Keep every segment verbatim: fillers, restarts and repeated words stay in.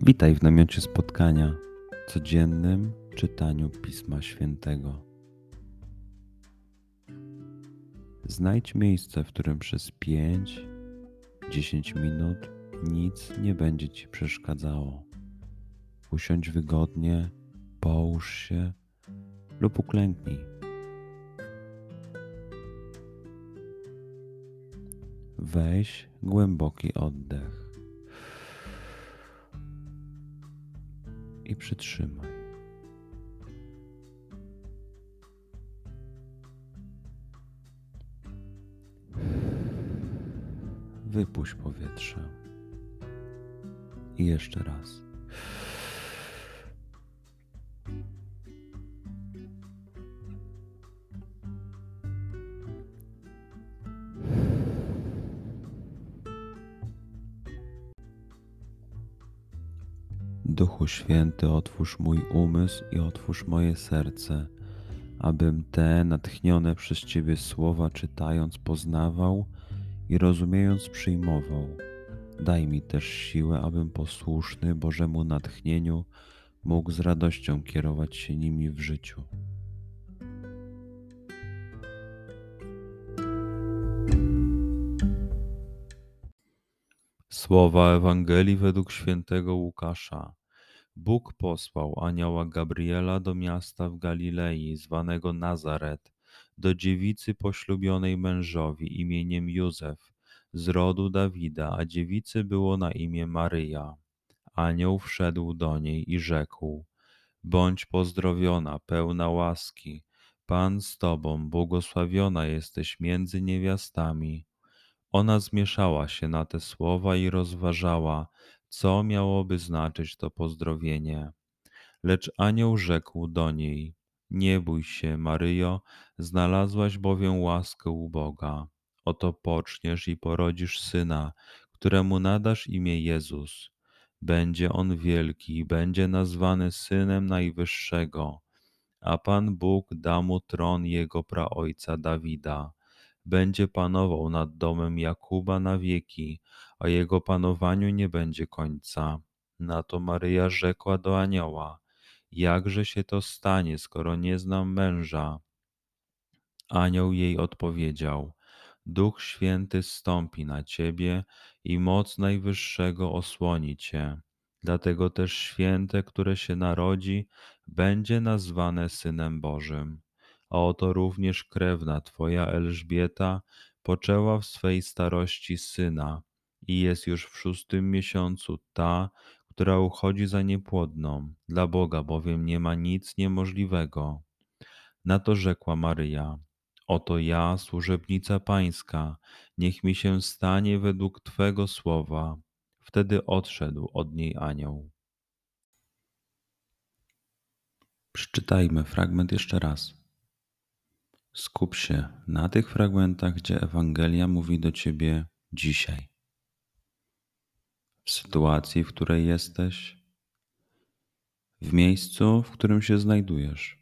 Witaj w namiocie spotkania, codziennym czytaniu Pisma Świętego. Znajdź miejsce, w którym przez pięć do dziesięciu minut nic nie będzie Ci przeszkadzało. Usiądź wygodnie, połóż się lub uklęknij. Weź głęboki oddech i przytrzymaj. Wypuść powietrze. I jeszcze raz. Duchu Święty, otwórz mój umysł i otwórz moje serce, abym te natchnione przez Ciebie słowa czytając poznawał i rozumiejąc przyjmował. Daj mi też siłę, abym posłuszny Bożemu natchnieniu mógł z radością kierować się nimi w życiu. Słowa Ewangelii według świętego Łukasza. Bóg posłał anioła Gabriela do miasta w Galilei, zwanego Nazaret, do dziewicy poślubionej mężowi imieniem Józef, z rodu Dawida, a dziewicy było na imię Maryja. Anioł wszedł do niej i rzekł: Bądź pozdrowiona, pełna łaski, Pan z tobą, błogosławiona jesteś między niewiastami. Ona zmieszała się na te słowa i rozważała, co miałoby znaczyć to pozdrowienie. Lecz anioł rzekł do niej: Nie bój się, Maryjo, znalazłaś bowiem łaskę u Boga. Oto poczniesz i porodzisz syna, któremu nadasz imię Jezus. Będzie on wielki i będzie nazwany Synem Najwyższego, a Pan Bóg da mu tron jego praojca Dawida. Będzie panował nad domem Jakuba na wieki, a jego panowaniu nie będzie końca. Na to Maryja rzekła do anioła: Jakże się to stanie, skoro nie znam męża? Anioł jej odpowiedział: Duch Święty zstąpi na ciebie i moc Najwyższego osłoni cię. Dlatego też święte, które się narodzi, będzie nazwane Synem Bożym. A oto również krewna twoja Elżbieta poczęła w swej starości syna i jest już w szóstym miesiącu ta, która uchodzi za niepłodną. Dla Boga bowiem nie ma nic niemożliwego. Na to rzekła Maryja: Oto ja, służebnica Pańska, niech mi się stanie według Twego słowa. Wtedy odszedł od niej anioł. Przeczytajmy fragment jeszcze raz. Skup się na tych fragmentach, gdzie Ewangelia mówi do Ciebie dzisiaj. W sytuacji, w której jesteś, w miejscu, w którym się znajdujesz,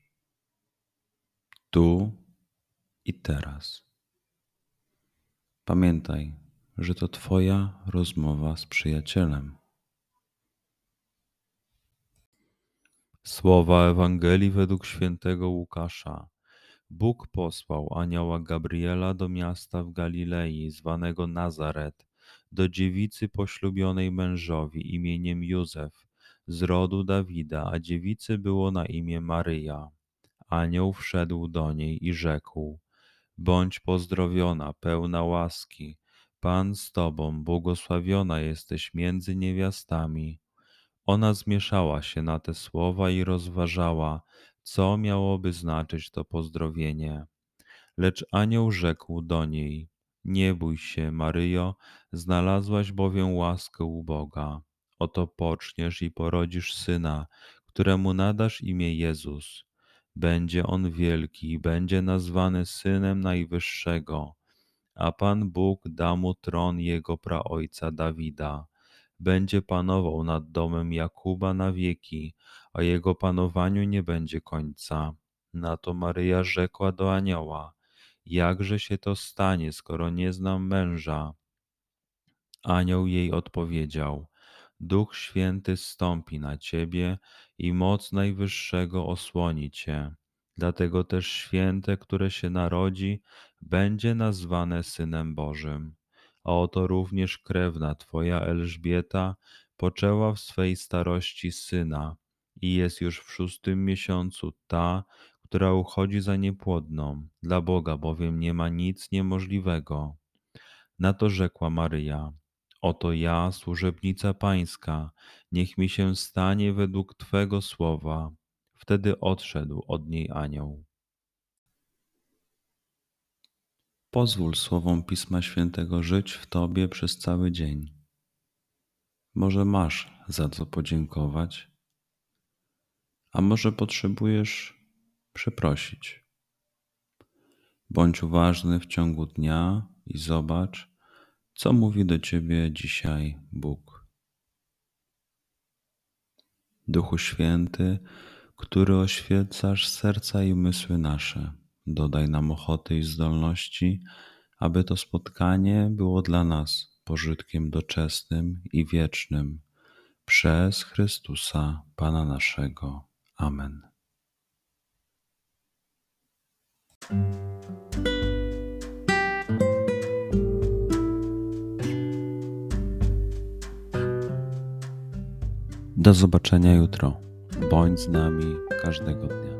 tu i teraz. Pamiętaj, że to Twoja rozmowa z przyjacielem. Słowa Ewangelii według świętego Łukasza. Bóg posłał anioła Gabriela do miasta w Galilei, zwanego Nazaret, do dziewicy poślubionej mężowi imieniem Józef, z rodu Dawida, a dziewicy było na imię Maryja. Anioł wszedł do niej i rzekł: Bądź pozdrowiona, pełna łaski, Pan z tobą, błogosławiona jesteś między niewiastami. Ona zmieszała się na te słowa i rozważała, co miałoby znaczyć to pozdrowienie. Lecz anioł rzekł do niej: Nie bój się, Maryjo, znalazłaś bowiem łaskę u Boga. Oto poczniesz i porodzisz syna, któremu nadasz imię Jezus. Będzie on wielki i będzie nazwany Synem Najwyższego, a Pan Bóg da mu tron jego praojca Dawida. Będzie panował nad domem Jakuba na wieki, a jego panowaniu nie będzie końca. Na to Maryja rzekła do anioła: Jakże się to stanie, skoro nie znam męża? Anioł jej odpowiedział: Duch Święty zstąpi na ciebie i moc Najwyższego osłoni cię. Dlatego też święte, które się narodzi, będzie nazwane Synem Bożym. A oto również krewna twoja Elżbieta poczęła w swej starości syna i jest już w szóstym miesiącu ta, która uchodzi za niepłodną. Dla Boga bowiem nie ma nic niemożliwego. Na to rzekła Maryja: Oto ja, służebnica Pańska, niech mi się stanie według Twego słowa. Wtedy odszedł od niej anioł. Pozwól słowom Pisma Świętego żyć w Tobie przez cały dzień. Może masz za co podziękować, a może potrzebujesz przeprosić. Bądź uważny w ciągu dnia i zobacz, co mówi do Ciebie dzisiaj Bóg. Duchu Święty, który oświecasz serca i umysły nasze, dodaj nam ochoty i zdolności, aby to spotkanie było dla nas pożytkiem doczesnym i wiecznym. Przez Chrystusa, Pana naszego. Amen. Do zobaczenia jutro. Bądź z nami każdego dnia.